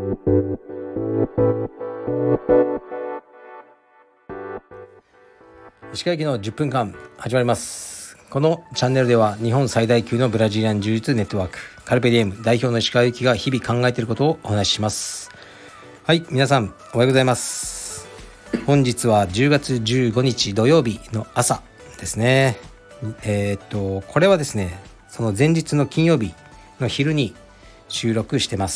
石川駅の10分間始まります。このチャンネルでは日本最大級のブラジリアン柔術ネットワークカルペディエム代表の石川駅が日々考えていることをお話しします。はい、皆さんおはようございます。本日は10月15日土曜日の朝ですね。これはですね、その前日の金曜日の昼に収録してます。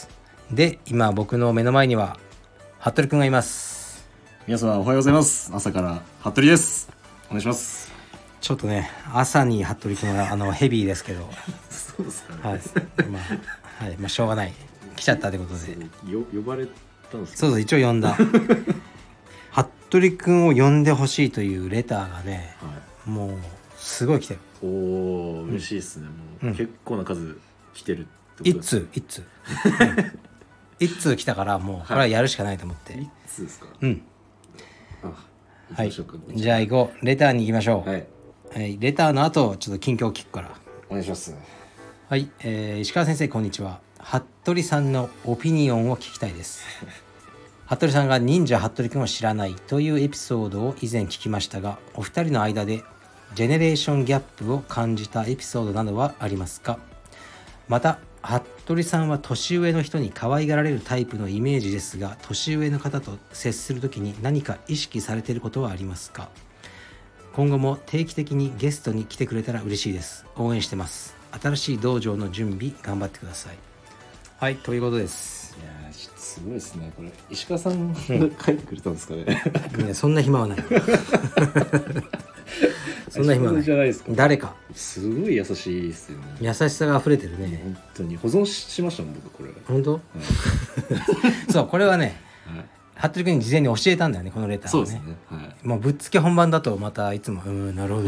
で、今僕の目の前には服部くんがいます。 皆さんおはようございます。朝から服部です。お願いします。 ちょっとね、朝に服部くんはヘビーですけどそうですかね。 はい、まあしょうがない、来ちゃったってことで呼ばれたんですか。 そう一応呼んだ服部くんを呼んでほしいというレターがね、 はい、 もうすごい来てる。 おー、嬉しいですね。もう、結構な数来てるってこと一通一通来たから、もうこれはやるしかないと思って、 いつですか。 はい、じゃあ行こう。レターに行きましょう。はい、レターの後ちょっと近況を聞くからお願いします。 はい、石川先生こんにちは。服部さんのオピニオンを聞きたいです。服部さんが忍者服部くんを知らないというエピソードを以前聞きましたが、お二人の間でジェネレーションギャップを感じたエピソードなどはありますか？また服部さんは年上の人に可愛がられるタイプのイメージですが、年上の方と接するときに何か意識されていることはありますか？今後も定期的にゲストに来てくれたら嬉しいです。応援してます。新しい道場の準備頑張ってください。はい、ということです。 いやちょっとすごいですね。これ石川さんが書いてくれたんですかね。 いやそんな暇はないそんな暇はない。 じゃないですか。 誰かすごい優しいですよね。 優しさが溢れてるね。 本当に保存しましたもん僕これ。 本当？そう、これはね、服部君に事前に教えたんだよね、このレターをね。 そうですね。はい。 もうぶっつけ本番だとまたいつもなるほど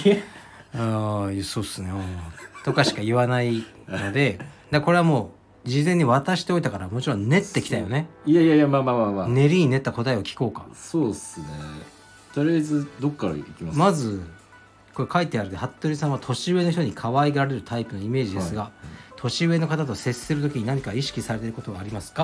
そうっすねとかしか言わないので、これはもう事前に渡しておいたから、もちろん練ってきたよね。 いやまあ練りに練った答えを聞こうか。 そうっすね。とりあえずどっからいきますか。 まずこれ書いてあるで、服部さんは年上の人に可愛がられるタイプのイメージですが、年上の方と接するときに何か意識されていることはありますか？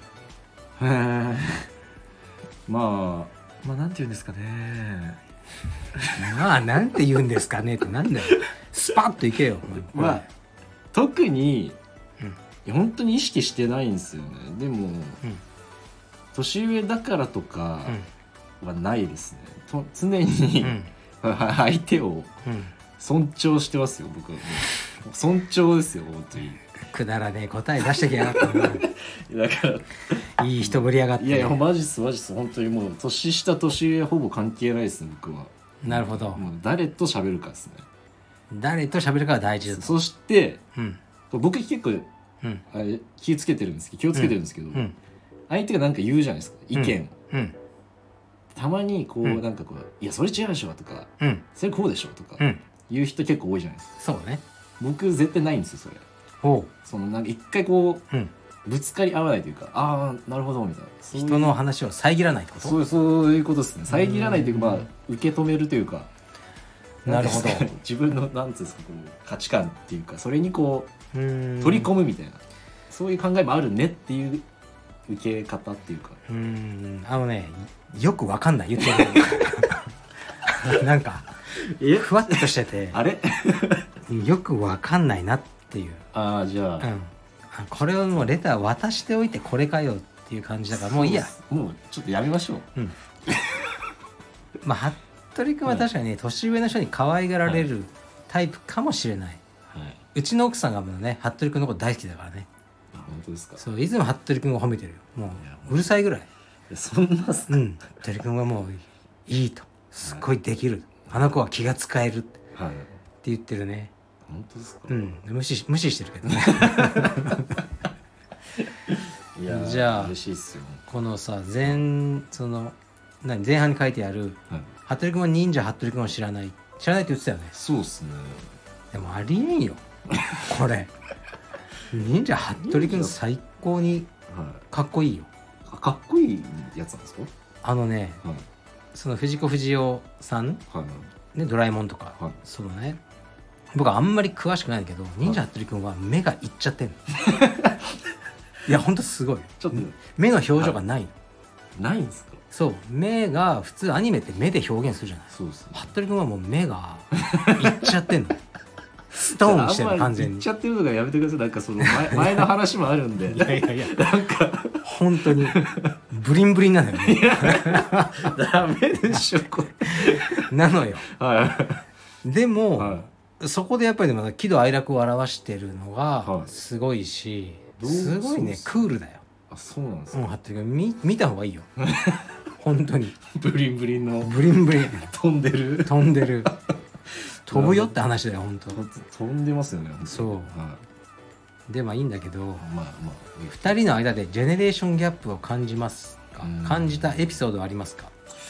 まあなんて言うんですかね。 まあなんて言うんですかねってなんだよ。スパッといけよ。 まあ特に、本当に意識してないんですよね。でも、年上だからとかはないですね。常に、相手を尊重してますよ、僕は。尊重ですよ、本当に。 くだらねえ答え出してきやがったな。 だからいい人ぶりやがって。 いやマジっす本当に。もう年下年上ほぼ関係ないですね、僕は。 なるほど。 もう誰と喋るかですね。 誰と喋るかが大事だと。 そして、僕結構、気をつけてるんですけど、相手が何か言うじゃないですか、意見、たまにこう、なんかこういやそれ違うでしょとか、それこうでしょとか、言う人結構多いじゃないですか。 そうね。 僕絶対ないんですよそれ。そのなんか一回こう、ぶつかり合わないというか、ああなるほどみたいな、 人の話を遮らないってこと？ そういうことですね。遮らないというか、まあ受け止めるというか。 なるほど。 自分のなんつうんですか、こう価値観っていうか、それにこう取り込むみたいな、そういう考えもあるねっていう受け方っていうか。 よくわかんない言ってるなんかふわっとしててあれよくわかんないなっていう。 じゃあ、 これをもうレター渡しておいてこれかよっていう感じだから、もういいや。 もうちょっとやめましょう。 まあ服部君は確かにね、年上の人に可愛がられるタイプかもしれない。うちの奥さんがもうね、服部君のこと大好きだからね。 本当ですか。 そう、いつも服部君を褒めてるよ。もううるさいぐらい。 そんな服部君はもういいと、すっごいできる、あの子は気が使えるって言ってるね。 本当ですか。 無視してるけどねいやじゃあ嬉しいっすよ。 このさ、前半に書いてある、服部君は忍者服部君を知らないって言ってたよね。 そうっすね。 でもありえんよこれ。忍者服部君最高にかっこいいよ。 かっこいいやつなんですか。 その藤子不二雄さん、ね、ドラえもんとか、そのね、僕はあんまり詳しくないけど、忍者服部君は目がいっちゃってんのいやほんとすごいちょっと目の表情がないの、 ないんですか？ そう目が普通アニメって目で表現するじゃない。 そうですね。 服部君はもう目がいっちゃってんのストーンしてる完全に。 言っちゃってるとかやめてください。なんかその前の話もあるんでいやいやいやなんか本当にブリンブリンなのよねダメでしょこれなのよ。 はでも、 はそこでやっぱりでも喜怒哀楽を表してるのはがいすごいし、 どうすごいねそうですクールだよ。 あ、そうなんですうん、 か。 服部君見た方がいいよ本当にブリンブリンのブリンブリン飛んでる飛んでる飛ぶよって話だよ本当。 飛んでますよね。本当にそうはでまあいいんだけど、 い。まあまあ 2人の間でジェネレーションギャップを感じますか？ うん感じたエピソードはありますか？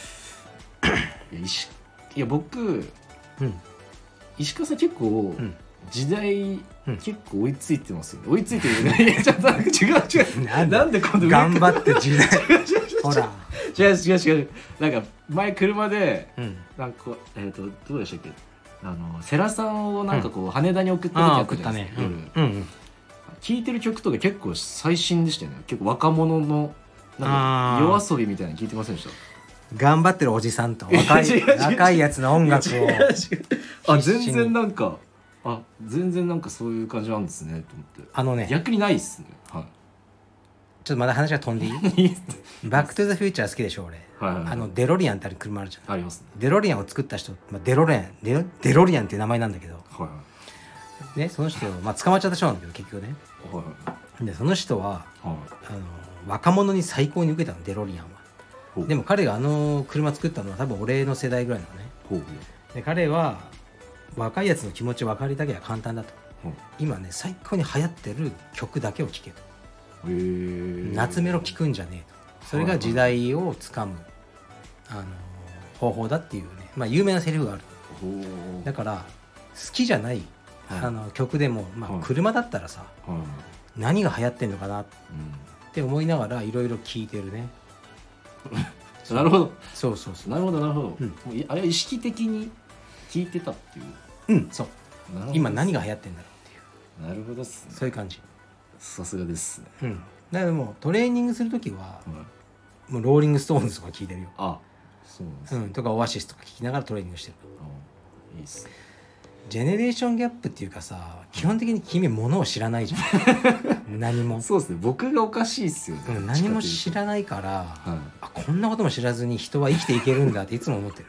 いや僕うん石川さん結構うん時代、 うん結構追いついてますよね。追いついてるね。いやちょっとなんか違うなんで今度頑張って時代ほら違うなんか前車でうんなんかどうでしたっけ、世良さんをなんかこう、羽田に送った時あったじゃないですか、夜、 うん聴いてる曲とか結構最新でしたよね。結構若者のなんあーか夜遊びみたいなの聞いてませんでした？ 頑張ってるおじさんと若違う違ういやつの音楽を違うあ必死に全然なんか全然なんかそういう感じなんですねと思って。 ね逆にないっすね。はちょっとまだ話が飛んでいいい。いいっすねバックトゥザフューチャー好きでしょ俺。 はいはいはいデロリアンってある車あるじゃん。 ありますね。 デロリアンを作った人、デロリアンっていう名前なんだけどはいはいね、その人捕まっちゃった人なんだけど結局ね。 はいでその人ははい若者に最高に受けたのデロリアンは。 ほうでも彼が車作ったのは多分俺の世代ぐらいなのね。 ほうで彼は若いやつの気持ち分かりたければ簡単だと。 ほう今ね最高に流行ってる曲だけを聴けと。 へー夏メロ聴くんじゃねえと。それが時代をつかむ方法だっていうね、有名なセリフがある。 ほうだから好きじゃない曲でも、 はい車だったらさはい何が流行ってんのかなっうて思いながらいろいろ聴いてるね。 んなるほどそうそうそう。 なるほどなるほど、 うんもうあれは意識的に聞いてたっていう。 そう。 なるほど今何が流行ってんだろうっていうなるほどっすね。 そういう感じ。 さすがですね。 だからもうトレーニングするときははいもうローリングストーンズとか聴いてるよ。 あそうなんですね。 とかオアシスとか聴きながらトレーニングしてる。 いいっすね。 ジェネレーションギャップっていうかさ、基本的に君物を知らないじゃん何も、 そうですね。僕がおかしいっすよね。 何も知らないから、 はいこんなことも知らずに人は生きていけるんだっていつも思ってる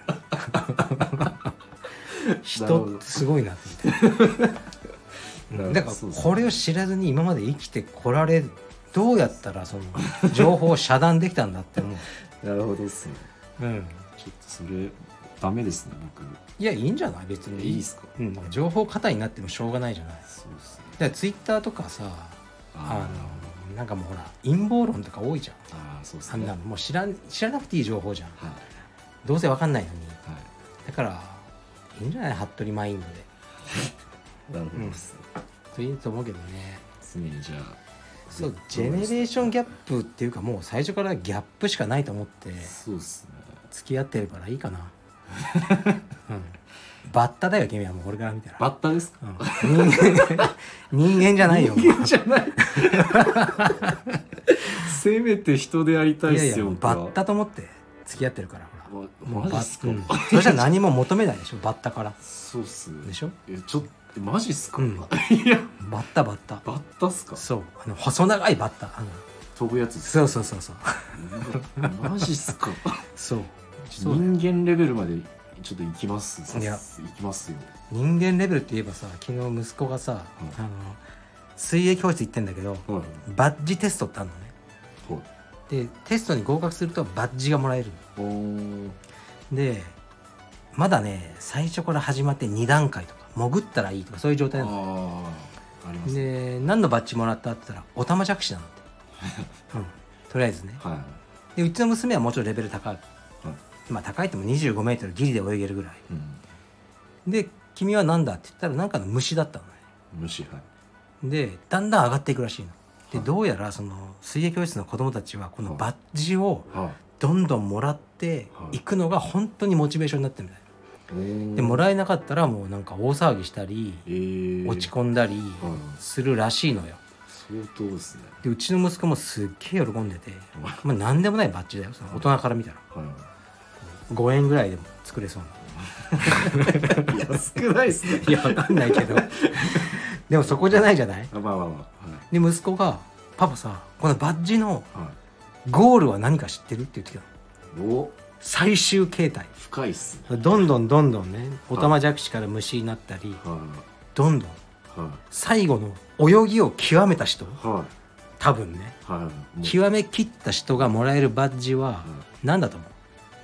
人ってすごいなって思ってだからこれを知らずに今まで生きてこられどうやったらその情報を遮断できたんだって思うなるほどっすね。ちょっとそれダメですね僕。 いやいいんじゃない別にいいっすか？ 情報過多になってもしょうがないじゃない。 そうですね。 だからツイッターとかさなんかもうほら陰謀論とか多いじゃん。 そうですね。 あんなのもう知らなくていい情報じゃん。 はいどうせわかんないのに。 はだからいいんじゃない服部マインドで。 い。なるほどですね。 といいと思うけどね。 常にじゃあそうジェネレーションギャップっていうかもう最初からギャップしかないと思ってそうですね。 付き合ってるからいいかな。バッタだよ君はもう俺から見たら。 バッタですか？ 人間じゃないよ。 人間じゃない。せめて人でありたいっすよ。 バッタと思って付き合ってるからほら。 マジっすか？ そしたら何も求めないでしょバッタから。 そうっすね。 でしょ？ ちょっとマジっすか？いやバッタ。 バッタっすか？ そう細長いバッタ飛ぶやつ。 そう。 マジっすか？ そう。 人間レベルまでちょっと行きます。 いや行きますよ。 人間レベルって言えばさ昨日息子がさ水泳教室行ってんだけどバッジテストってあるのね。でテストに合格するとバッジがもらえるの。でまだね最初から始まって2段階とか潜ったらいいとかそういう状態なの。 あります。 で何のバッジもらったって言ったらオタマジャクシなんてとりあえずね。でうちの娘はもうちょっとレベル高い。高いっても25メートルギリで泳げるぐらい。で君は何だって言ったらなんかの虫だったのね。 虫。 でだんだん上がっていくらしいの。でどうやらその水泳教室の子供たちはこのバッジをどんどんもらっていくのが本当にモチベーションになってるみたいな。でもらえなかったらもうなんか大騒ぎしたり落ち込んだりするらしいのよ。 相当ですね。 でうちの息子もすっげえ喜んでて、まあ、何でもないバッジだよ、その大人から見たらはい 5円ぐらいでも作れそうないや少ないですね。 いやわかんないけどでもそこじゃないじゃない。 まあまあまあ、はいで息子が「パパさ、このバッジのはゴールは何か知ってる?」って言ってきたの。 い、お最終形態、 深いっすね。 どんどんねオタマジャクシから虫になったり、 はどんどんいは最後の泳ぎを極めた人、 いは多分ねいはい。もう極めきった人がもらえるバッジは何だと思う？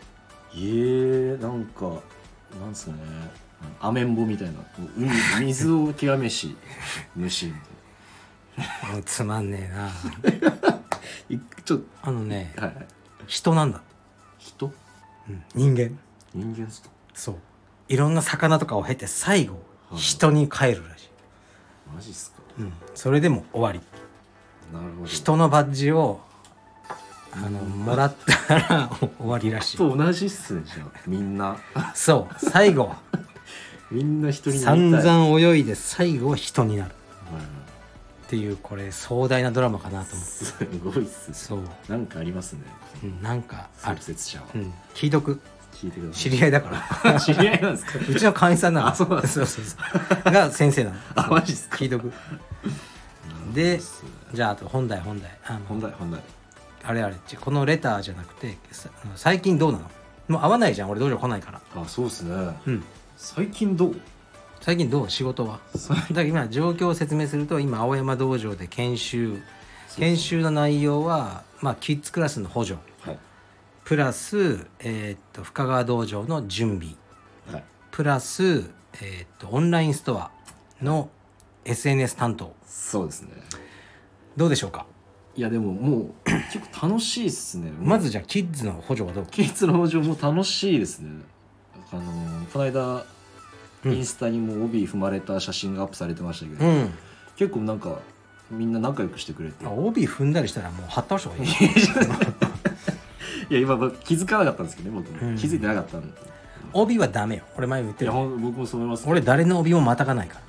なんかなんですかね、アメンボみたいな、水を極めし虫みたもうつまんねえな。 いな。ちょっあのねと、はいはい、 人なんだ、 人人間。 人間っすか。 そう、いろんな魚とかを経て最後はい人に帰るらしい、 マジっすか。 それでも終わり。 なるほど。 人のバッジをもらったら終わりらしい。 と同じっすね。じゃあみんなそう最後みんな人になりたい。 散々泳いで最後人になるはいはい、 っていう、これ壮大なドラマかなと思って。 すごいっすね。 そう、 なんかありますね。 なんかある、 創設者は、 聞いとく。 聞いてください。 知り合いだから知り合いなんですか。 うちの会員さんなの。 あそうなんですそうそうそうが先生なの。 あマジっすか。 聞いとく。でじゃああと本題本題あれこのレターじゃなくて最近どうなの？もう会わないじゃん、俺道場来ないから。 あそうですね。 うん最近どう？ 最近どう？仕事は。だから今状況を説明すると、今青山道場で研修の内容は、まあ、キッズクラスの補助はいプラス、深川道場の準備はいプラス、オンラインストアの SNS 担当。 そうですね。 どうでしょうか？ いやでももう結構楽しいっすね。 まずじゃあキッズの補助はどう？ キッズの補助も楽しいですね。この間インスタにも帯踏まれた写真がアップされてましたけど、結構なんかみんな仲良くしてくれて、 帯踏んだりしたらもう貼った方がいいいや今気づかなかったんですけどね、僕も、気づいてなかったんで。 帯はダメよ、俺前も言っている。 や僕もそう思います。 俺誰の帯もまたがないから、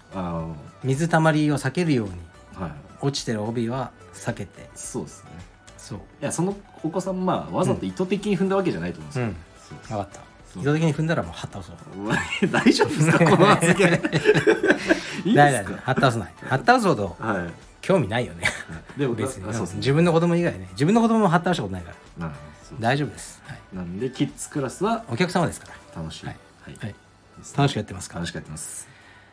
水たまりを避けるようにはい、 落ちてる帯は避けて。 そうですね。 そう、 いやそのお子さんわざと意図的に踏んだわけじゃないと思うんですよ。 分かった。意図的に踏んだらもう貼ったそう。 大丈夫ですかこの発言。いいですか。 貼ったそうない。貼ったそうとはい。 興味ないよね。 でも別にそうですね。 自分の子供以外ね、自分の子供も貼ったしたことないからそう大丈夫です、はい、 なんでキッズクラスはお客様ですから楽しい。 はい、 はい、 楽しくやってますから。 楽しくやってます。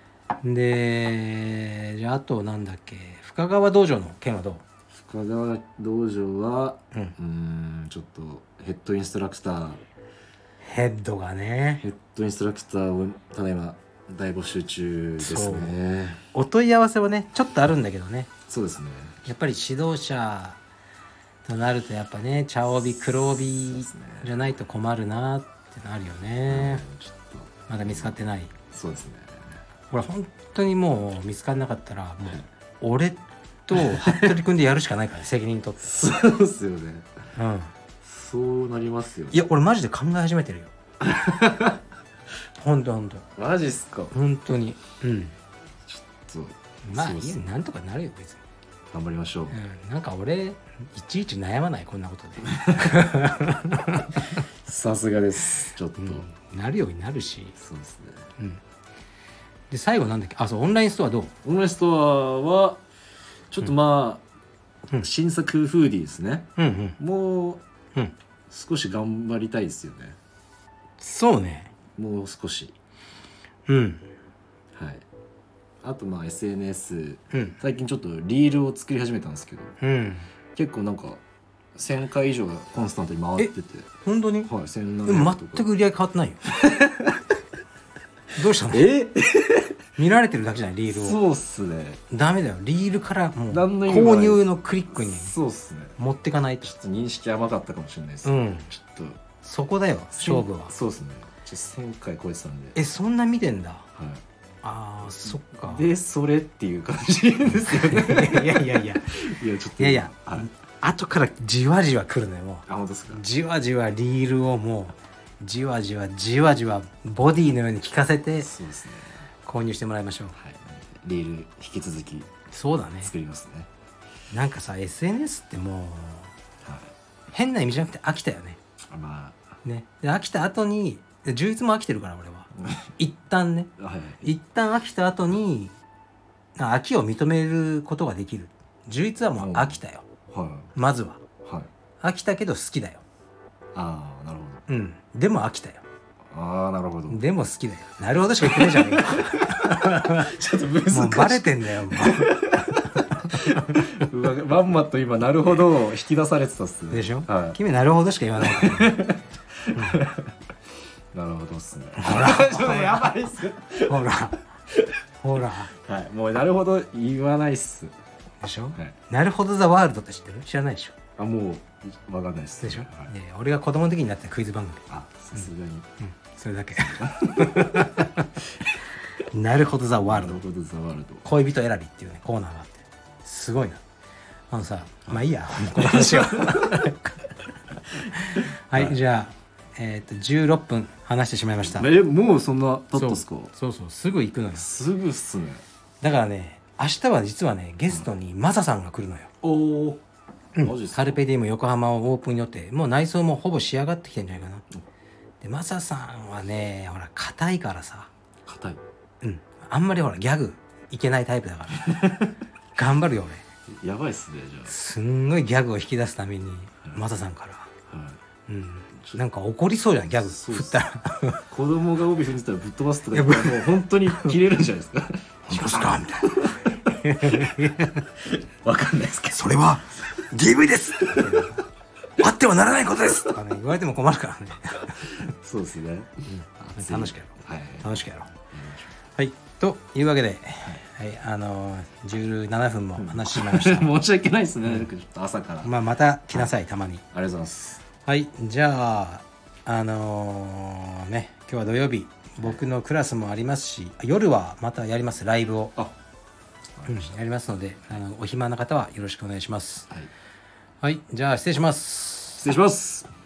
でじゃああとなんだっけ、深川道場の件はどう？ 深川道場はちょっとヘッドインストラクターヘッドがね、 ヘッドインストラクターをただいま大募集中ですね。 お問い合わせはねちょっとあるんだけどね、 そうですね。 やっぱり指導者となるとやっぱね茶帯黒帯じゃないと困るなってなるよね。 ちょっとまだ見つかってない。 そうですね。 これ本当にもう見つからなかったらもう俺と服部君でやるしかないから、ね、責任取って。 そうですよね。 うんそうなりますよね。 いや俺マジで考え始めてるよほんとマジっすか。 本当に。 ちょっとまあいいよ、 そうですね。 なんとかなるよ別に。 頑張りましょう。 なんか俺いちいち悩まないこんなことでさすがです。ちょっと、 なるようになるし。 そうですね。 で最後なんだっけ、あそうオンラインストアどう？ オンラインストアはちょっと新作フーディーですね。もう、少し頑張りたいですよね。 そうね。 もう少し。はい。あとSNS、最近ちょっとリールを作り始めたんですけど、結構なんか1000回以上がコンスタントに回ってて。 本当に？ はい、1700 でもとか。 全く売り上げ変わってないよどうしたの？見られてるだけじゃない、リールを。 そうっすね。 ダメだよ、リールからもう何の意味もない購入のクリックにそうっすね。 持ってかないと。 ちょっと認識甘かったかもしれないです。ちょっとそこだよ勝負は。 そうですね。1000回超えてたんで。 そんな見てんだ。 はい。 あーそっか。 でそれっていう感じですよね。 いやいやちょっとはい、 後からじわじわ来るのよ。もう本当ですか。 じわじわリールをもうじわじわボディのように効かせてそうですね。 購入してもらいましょう。 はい。リール引き続きそうだね。 作りますね。 なんかさ SNS ってもうはい、 変な意味じゃなくて飽きたよね。 まねで飽きた後に充実も飽きてるから俺は一旦ねあ、はい、 一旦飽きた後に飽きを認めることができる。充実はもう飽きたよ、 はい、 まずは。 はい。 飽きたけど好きだよ。 ああ、なるほうんでも飽きたよ。 ど。ああ、なるほど。 でも好きだよ。なるほどしか言ってないじゃんちょっと難しい。 もうバレてんだよもうわまんまと今なるほど引き出されてたっすね。 うでしょ、 は君なるほどしか言わないから、ね、 い。なるほどっすね。 ほらちょっとやばいっす。 ほらほらはい。もうなるほど言わないっす。 でしょ、 はい。 なるほどザワールドって知ってる？知らないでしょ。 あ、もうわかんないっす。 でしょ、 はい。 俺が子供の時になったクイズ番組、 あ、さすがに。 それだけなるほどザワールドなるほどザワールド。 恋人選びっていうねコーナーがあってすごいな。さまあいいやこの話ははい、じゃあ16分話してしまいました。 もうそんな経ったっすか？ そうすぐ行くのよ。 すぐっすね。 だからね明日は実はねゲストにマサさんが来るのよ。 おお。マジっすか？ カルペディウム横浜をオープン予定。もう内装もほぼ仕上がってきてんじゃないかな。でマサさんはねほら硬いからさ、 硬い。 あんまりほらギャグいけないタイプだから頑張るよ俺。 やばいっすねじゃすんごいギャグを引き出すためにマサさんから、 あ。はい。 なんか怒りそうじゃんギャグそうっす振ったら子供が帯踏んでたらぶっ飛ばすとか言ったらもう本当に切れるんじゃないですか。 本当ですかみたいなわかんないですけど。 それは DV ですあってはならないことですとかね言われても困るからねそうですね。 楽しくやろう。 はい。 楽しくやろう。はいというわけで、17分も話しまいました申し訳ないですね。ちょっと朝から。 また来なさいたまに。 ありがとうございます。 はいじゃあ今日は土曜日僕のクラスもありますし夜はまたやりますライブをあ、 やりますのでお暇な方はよろしくお願いします。 はい。 はいじゃあ失礼します。 失礼します。